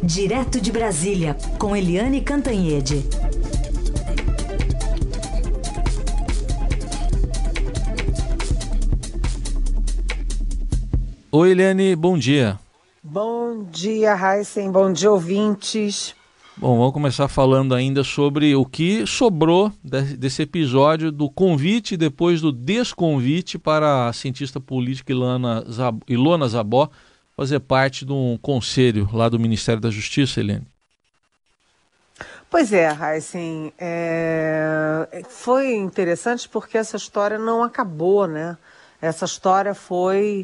Direto de Brasília, com Eliane Cantanhede. Oi, Eliane, bom dia. Bom dia, Heisen, bom dia, ouvintes. Bom, vamos começar falando ainda sobre o que sobrou desse episódio do convite e depois do desconvite para a cientista política Ilona Zabó fazer parte de um conselho lá do Ministério da Justiça, Eliane. Pois é, Heisen, foi interessante porque essa história não acabou, né? Essa história foi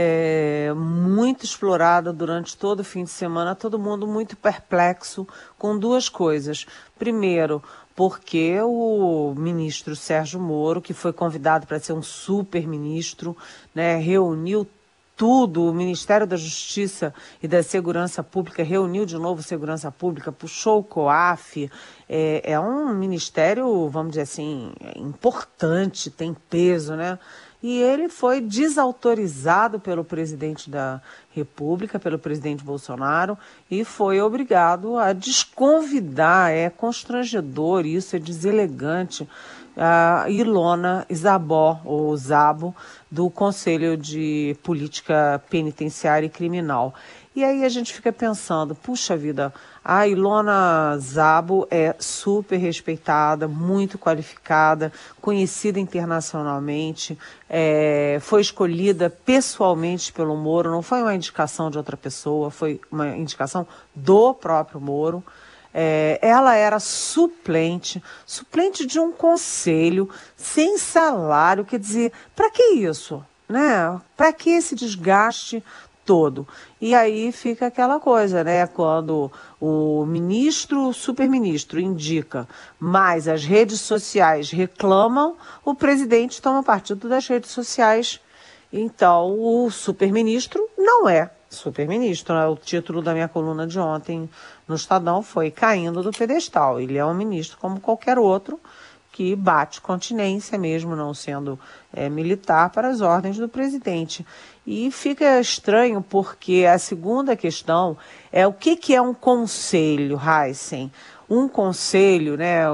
muito explorada durante todo o fim de semana, todo mundo muito perplexo com duas coisas. Primeiro, porque o ministro Sérgio Moro, que foi convidado para ser um super ministro, né, reuniu tudo, o Ministério da Justiça e da Segurança Pública reuniu de novo Segurança Pública, puxou o COAF, é um ministério, vamos dizer assim, importante, tem peso, né? E ele foi desautorizado pelo presidente da República, pelo presidente Bolsonaro, e foi obrigado a desconvidar, é constrangedor isso, é deselegante, a Ilona Zabó, ou Zabo, do Conselho de Política Penitenciária e Criminal. E aí a gente fica pensando, puxa vida, a Ilona Zabo é super respeitada, muito qualificada, conhecida internacionalmente, foi escolhida pessoalmente pelo Moro, não foi uma indicação de outra pessoa, foi uma indicação do próprio Moro. Ela era suplente de um conselho, sem salário, quer dizer, para que isso? Né? Para que esse desgaste todo? E aí fica aquela coisa, né? Quando o superministro indica, mas as redes sociais reclamam, o presidente toma partido das redes sociais. Então, o superministro não é superministro, né? O título da minha coluna de ontem no Estadão foi Caindo do Pedestal. Ele é um ministro como qualquer outro, que bate continência, mesmo não sendo militar, para as ordens do presidente. E fica estranho porque a segunda questão é o que é um conselho, Heisen? Um conselho, né?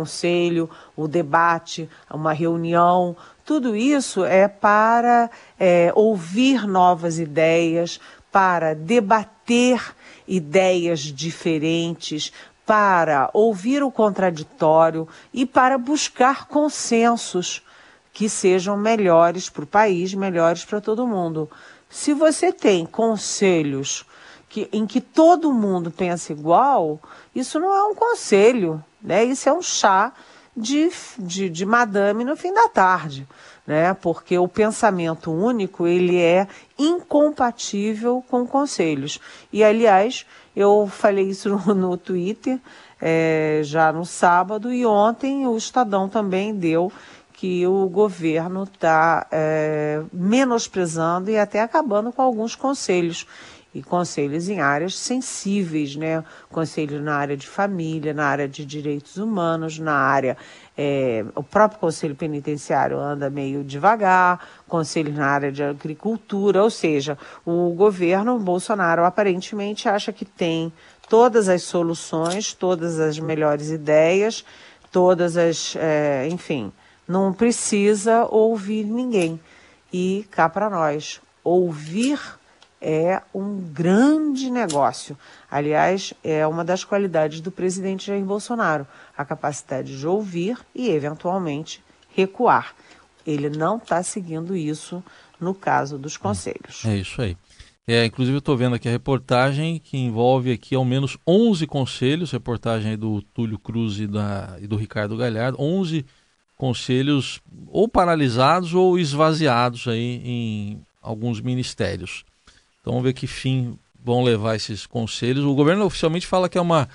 O debate, uma reunião, tudo isso é para ouvir novas ideias, para debater ideias diferentes, para ouvir o contraditório e para buscar consensos que sejam melhores para o país, melhores para todo mundo. Se você tem conselhos em que todo mundo pensa igual, isso não é um conselho, né? Isso é um chá de madame no fim da tarde, né? Porque o pensamento único, ele é incompatível com conselhos. E, aliás, eu falei isso no Twitter já no sábado, e ontem o Estadão também deu que o governo está menosprezando e até acabando com alguns conselhos. E conselhos em áreas sensíveis, né? Conselhos na área de família, na área de direitos humanos, na área... o próprio Conselho Penitenciário anda meio devagar, conselhos na área de agricultura, ou seja, o governo Bolsonaro aparentemente acha que tem todas as soluções, todas as melhores ideias, enfim, não precisa ouvir ninguém. E cá para nós, ouvir é um grande negócio. Aliás, é uma das qualidades do presidente Jair Bolsonaro, a capacidade de ouvir e, eventualmente, recuar. Ele não está seguindo isso no caso dos conselhos. É isso aí. Inclusive, eu estou vendo aqui a reportagem que envolve aqui ao menos 11 conselhos, reportagem aí do Túlio Cruz e do Ricardo Galhardo, 11 conselhos ou paralisados ou esvaziados aí em alguns ministérios. Então vamos ver que fim vão levar esses conselhos. O governo oficialmente fala que é uma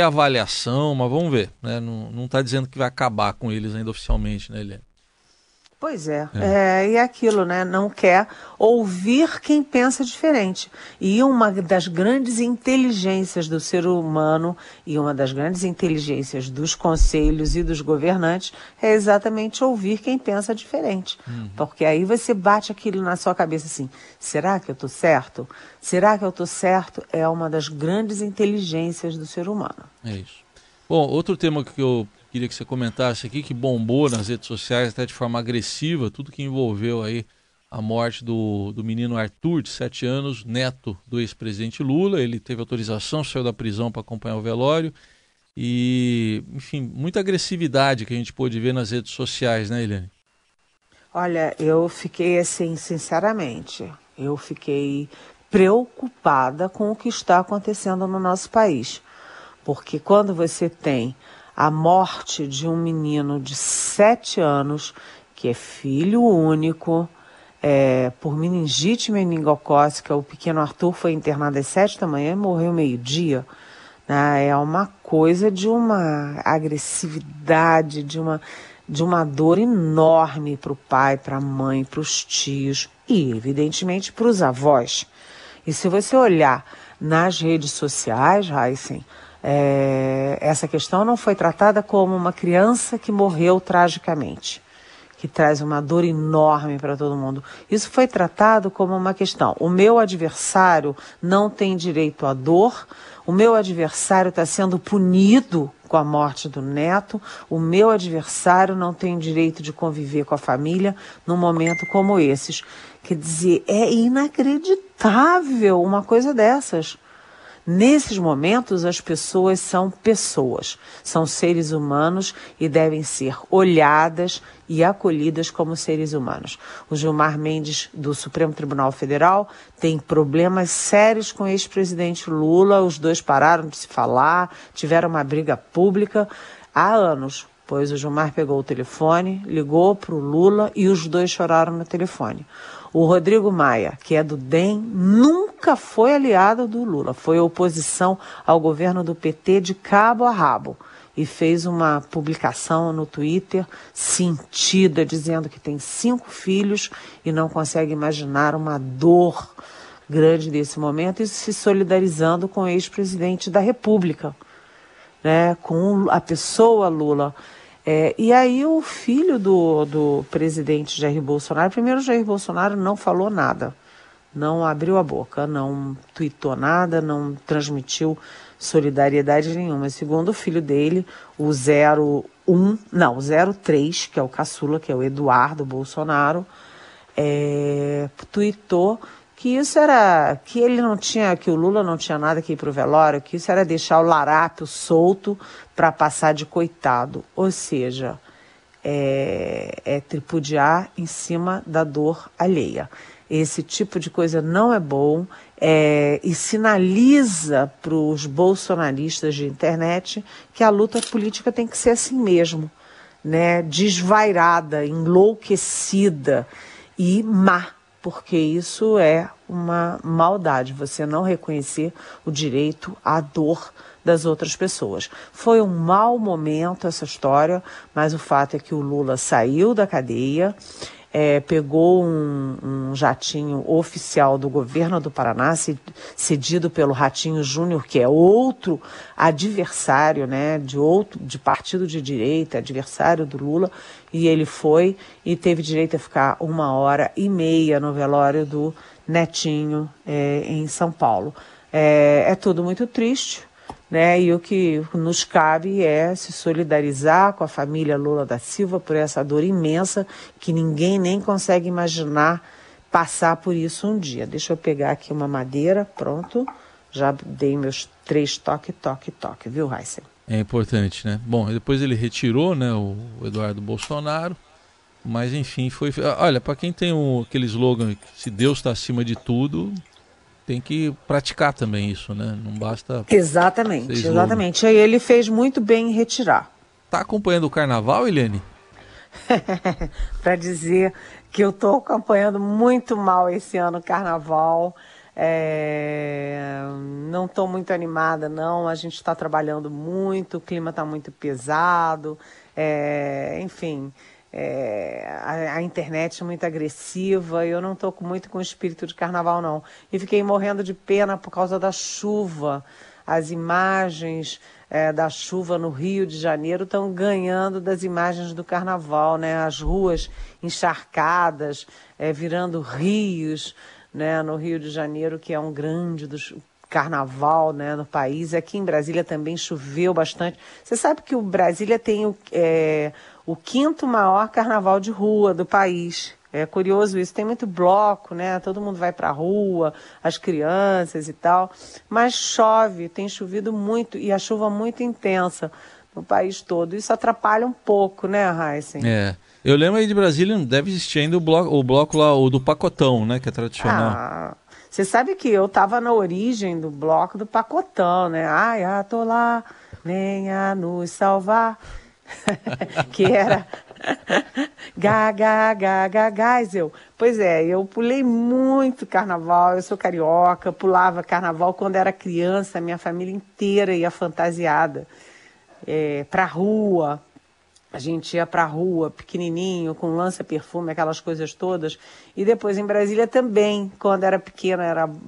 reavaliação, mas vamos ver, né? Não está dizendo que vai acabar com eles ainda oficialmente, né, Eliane? Pois e aquilo, né? Não quer ouvir quem pensa diferente. E uma das grandes inteligências do ser humano e uma das grandes inteligências dos conselhos e dos governantes é exatamente ouvir quem pensa diferente. Porque aí você bate aquilo na sua cabeça assim, será que eu estou certo? Será que eu estou certo? É uma das grandes inteligências do ser humano. É isso. Bom, outro tema que eu queria que você comentasse aqui, que bombou nas redes sociais até de forma agressiva, tudo que envolveu aí a morte do menino Arthur, de 7 anos, neto do ex-presidente Lula. Ele teve autorização, saiu da prisão para acompanhar o velório e, enfim, muita agressividade que a gente pôde ver nas redes sociais, né, Eliane? Olha, eu fiquei assim, sinceramente, eu fiquei preocupada com o que está acontecendo no nosso país. Porque quando você tem a morte de um menino de 7 anos, que é filho único, por meningite meningocócica, o pequeno Arthur foi internado às 7 da manhã e morreu meio-dia. Né? É uma coisa de uma agressividade, de uma dor enorme para o pai, para a mãe, para os tios e, evidentemente, para os avós. E se você olhar nas redes sociais, Heisen, essa questão não foi tratada como uma criança que morreu tragicamente, que traz uma dor enorme para todo mundo. Isso foi tratado como uma questão. O meu adversário não tem direito à dor, o meu adversário está sendo punido com a morte do neto, o meu adversário não tem direito de conviver com a família num momento como esses. Quer dizer, é inacreditável uma coisa dessas. Nesses momentos, as pessoas, são seres humanos e devem ser olhadas e acolhidas como seres humanos. O Gilmar Mendes, do Supremo Tribunal Federal, tem problemas sérios com o ex-presidente Lula, os dois pararam de se falar, tiveram uma briga pública há anos, pois o Gilmar pegou o telefone, ligou para o Lula e os dois choraram no telefone. O Rodrigo Maia, que é do DEM, nunca foi aliado do Lula, foi oposição ao governo do PT de cabo a rabo e fez uma publicação no Twitter sentida, dizendo que tem 5 filhos e não consegue imaginar uma dor grande desse momento e se solidarizando com o ex-presidente da República, né, com a pessoa Lula. E aí o filho do presidente Jair Bolsonaro, primeiro Jair Bolsonaro não falou nada, não abriu a boca, não tuitou nada, não transmitiu solidariedade nenhuma. Segundo o filho dele, o 03, que é o caçula, que é o Eduardo Bolsonaro, tuitou que isso era, que ele não tinha, que o Lula não tinha nada que ir para o velório, que isso era deixar o larápio solto para passar de coitado. Ou seja, tripudiar em cima da dor alheia. Esse tipo de coisa não é bom e sinaliza para os bolsonaristas de internet que a luta política tem que ser assim mesmo, né? Desvairada, enlouquecida e má. Porque isso é uma maldade, você não reconhecer o direito à dor das outras pessoas. Foi um mau momento essa história, mas o fato é que o Lula saiu da cadeia, pegou um jatinho oficial do governo do Paraná, cedido pelo Ratinho Júnior, que é outro adversário, né, de partido de direita, adversário do Lula, e ele foi e teve direito a ficar 1h30 no velório do netinho em São Paulo. É tudo muito triste, né? E o que nos cabe é se solidarizar com a família Lula da Silva por essa dor imensa que ninguém nem consegue imaginar passar por isso um dia. Deixa eu pegar aqui uma madeira, pronto. Já dei meus 3 toque, viu, Heisen? É importante, né? Bom, depois ele retirou, né, o Eduardo Bolsonaro, mas enfim, foi... Olha, para quem tem aquele slogan, se Deus está acima de tudo, tem que praticar também isso, né? Não basta... Exatamente. Aí ele fez muito bem em retirar. Tá acompanhando o carnaval, Eliane? Para dizer que eu estou acompanhando muito mal esse ano o carnaval. Não estou muito animada, não. A gente está trabalhando muito, o clima está muito pesado. Enfim, a internet é muito agressiva, eu não estou muito com o espírito de carnaval, não. E fiquei morrendo de pena por causa da chuva. As imagens da chuva no Rio de Janeiro estão ganhando das imagens do carnaval, né? As ruas encharcadas, virando rios, né? No Rio de Janeiro, que é um grande carnaval, né, no país. Aqui em Brasília também choveu bastante. Você sabe que o Brasília tem o quinto maior carnaval de rua do país. É curioso isso, tem muito bloco, né? Todo mundo vai para a rua, as crianças e tal, mas chove, tem chovido muito e a chuva muito intensa no país todo. Isso atrapalha um pouco, né, Heisen? Eu lembro aí de Brasília, deve existir ainda o bloco lá, o do Pacotão, né, que é tradicional. Você sabe que eu estava na origem do bloco do Pacotão, né? Ai, tô lá, venha nos salvar. Que era Geisel. Pois é, eu pulei muito carnaval, eu sou carioca, pulava carnaval quando era criança, minha família inteira ia fantasiada pra rua. A gente ia pra rua, pequenininho, com lança-perfume, aquelas coisas todas. E depois em Brasília também, quando era pequena,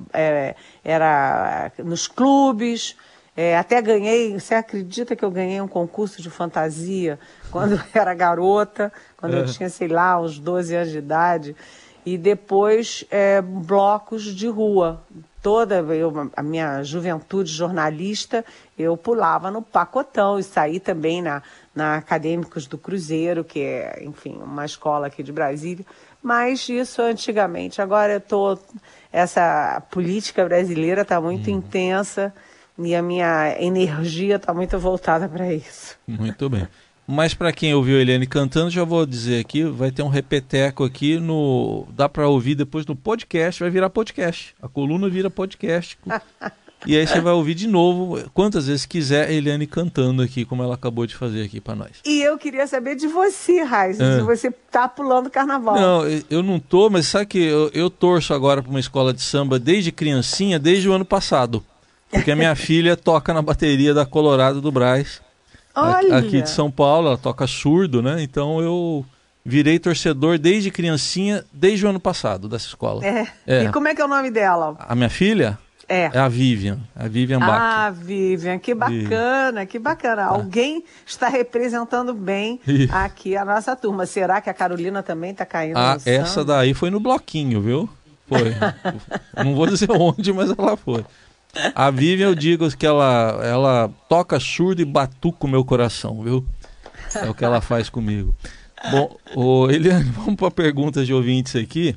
era nos clubes. Até ganhei, você acredita que eu ganhei um concurso de fantasia quando eu era garota, quando eu tinha, sei lá, uns 12 anos de idade. E depois blocos de rua. A minha juventude jornalista, eu pulava no Pacotão e saí também na Acadêmicos do Cruzeiro, que é, enfim, uma escola aqui de Brasília. Mas isso antigamente. Agora essa política brasileira está muito intensa e a minha energia está muito voltada para isso. Muito bem. Mas para quem ouviu a Eliane cantando, já vou dizer aqui, vai ter um repeteco aqui dá para ouvir depois no podcast, vai virar podcast. A coluna vira podcast. E aí você vai ouvir de novo, quantas vezes quiser, a Eliane cantando aqui, como ela acabou de fazer aqui para nós. E eu queria saber de você, Raíssa, se você tá pulando carnaval. Não, eu não tô, mas sabe que eu torço agora para uma escola de samba desde criancinha, desde o ano passado. Porque a minha filha toca na bateria da Colorado do Brás. Olha. Aqui de São Paulo, ela toca surdo, né? Então eu virei torcedor desde criancinha, desde o ano passado, dessa escola. E como é que é o nome dela? A minha filha? É a Vivian Bach. Ah, Vivian, que bacana, que bacana. Alguém está representando bem aqui a nossa turma. Será que a Carolina também está caindo no samba? Essa daí foi no bloquinho, viu? Foi. Não vou dizer onde, mas ela foi. A Vivian, eu digo que ela toca surdo e batuca o meu coração, viu? É o que ela faz comigo. Bom, Eliane, vamos para perguntas de ouvintes aqui.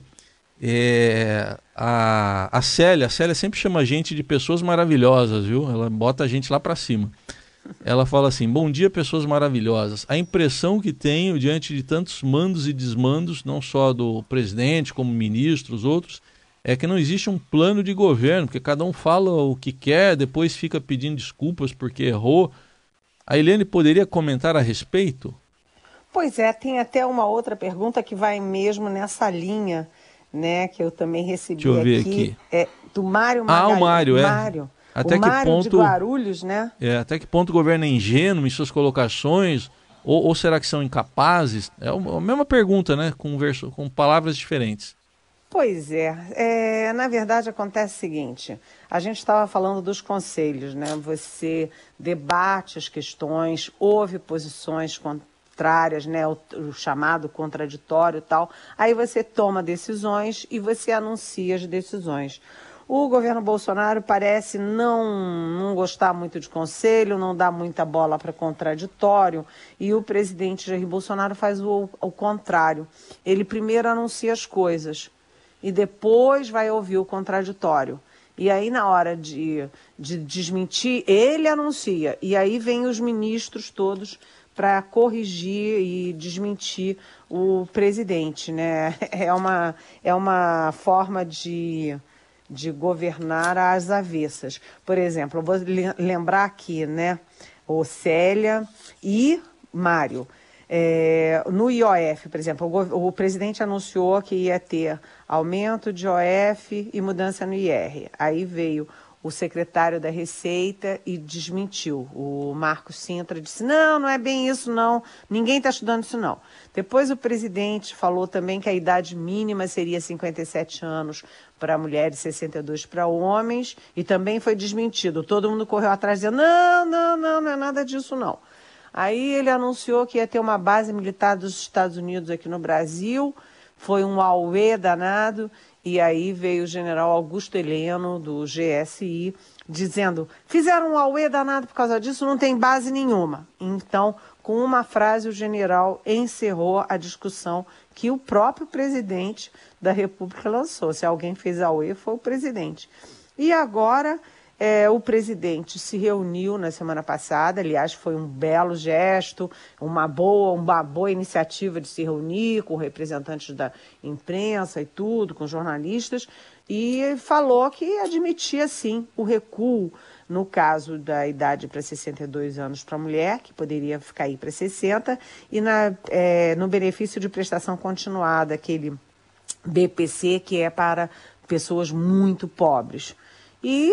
A Célia sempre chama a gente de pessoas maravilhosas, viu? Ela bota a gente lá para cima. Ela fala assim: bom dia, pessoas maravilhosas. A impressão que tenho diante de tantos mandos e desmandos, não só do presidente como ministros, outros, é que não existe um plano de governo, porque cada um fala o que quer, depois fica pedindo desculpas porque errou. A Eliane poderia comentar a respeito? Pois é, tem até uma outra pergunta que vai mesmo nessa linha, né, que eu também recebi. Deixa eu ver aqui. Do Mário Magalhães. O Mário, Mário. Até o que Mário ponto, de Guarulhos, né? Até que ponto o governo é ingênuo em suas colocações, ou será que são incapazes? É a mesma pergunta, né, com palavras diferentes. Pois na verdade acontece o seguinte, a gente estava falando dos conselhos, né? Você debate as questões, ouve posições contrárias, né? O chamado contraditório e tal, aí você toma decisões e você anuncia as decisões. O governo Bolsonaro parece não gostar muito de conselho, não dá muita bola para contraditório, e o presidente Jair Bolsonaro faz o contrário. Ele primeiro anuncia as coisas e depois vai ouvir o contraditório. E aí, na hora de desmentir, ele anuncia. E aí vem os ministros todos para corrigir e desmentir o presidente, né? É uma forma de governar às avessas. Por exemplo, eu vou lembrar aqui, né? O Célia e Mário. No IOF, por exemplo, o presidente anunciou que ia ter aumento de IOF e mudança no IR. Aí veio o secretário da Receita e desmentiu. O Marcos Sintra disse, não é bem isso não, ninguém está estudando isso não. Depois o presidente falou também que a idade mínima seria 57 anos para mulheres e 62 para homens, e também foi desmentido. Todo mundo correu atrás dizendo, não é nada disso não. Aí ele anunciou que ia ter uma base militar dos Estados Unidos aqui no Brasil, foi um auê danado, e aí veio o general Augusto Heleno, do GSI, dizendo, fizeram um auê danado por causa disso, não tem base nenhuma. Então, com uma frase, o general encerrou a discussão que o próprio presidente da República lançou. Se alguém fez auê, foi o presidente. E agora, o presidente se reuniu na semana passada, aliás, foi um belo gesto, uma boa iniciativa de se reunir com representantes da imprensa e tudo, com jornalistas, e falou que admitia, sim, o recuo no caso da idade para 62 anos para a mulher, que poderia ficar aí para 60, e no benefício de prestação continuada, aquele BPC, que é para pessoas muito pobres. E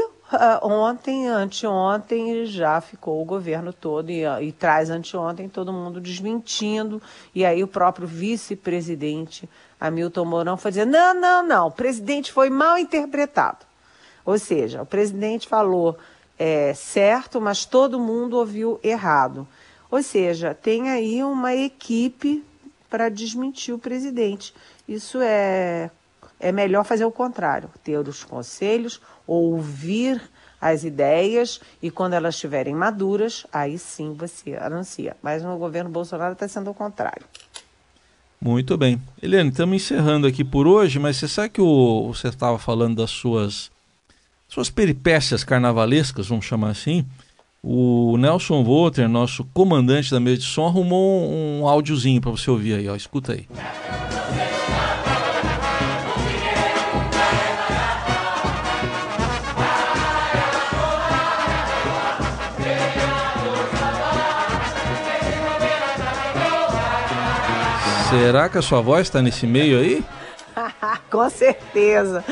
anteontem, já ficou o governo todo, e traz anteontem todo mundo desmentindo, e aí o próprio vice-presidente, Hamilton Mourão, foi dizer, não, o presidente foi mal interpretado. Ou seja, o presidente falou certo, mas todo mundo ouviu errado. Ou seja, tem aí uma equipe para desmentir o presidente. Isso é melhor fazer o contrário, ter os conselhos, ouvir as ideias e quando elas estiverem maduras, aí sim você anuncia. Mas no governo Bolsonaro está sendo o contrário. Muito bem. Eliane, estamos encerrando aqui por hoje, mas você sabe que você estava falando das suas peripécias carnavalescas, vamos chamar assim. O Nelson Volter, nosso comandante da mesa de som, arrumou um áudiozinho para você ouvir aí, ó. Escuta aí. Será que a sua voz está nesse meio aí? Com certeza.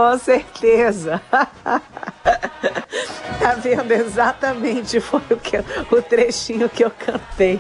Tá vendo? Exatamente foi o trechinho que eu cantei.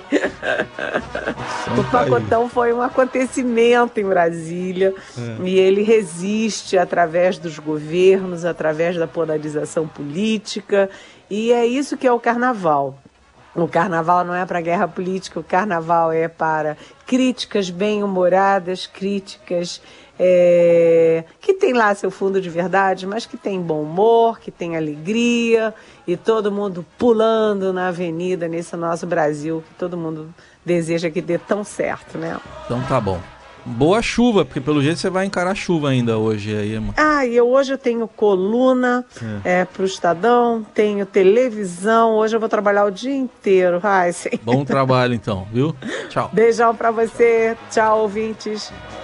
O Pacotão foi um acontecimento em Brasília e ele resiste através dos governos, através da polarização política, e é isso que é o carnaval. O carnaval não é para guerra política, o carnaval é para críticas bem-humoradas, críticas que tem lá seu fundo de verdade, mas que tem bom humor, que tem alegria, e todo mundo pulando na avenida nesse nosso Brasil, que todo mundo deseja que dê tão certo, né? Então tá bom. Boa chuva, porque pelo jeito você vai encarar chuva ainda hoje aí, mano. Hoje eu tenho coluna pro Estadão, tenho televisão, hoje eu vou trabalhar o dia inteiro. Sim. Bom trabalho então, viu? Tchau. Beijão pra você, tchau, ouvintes.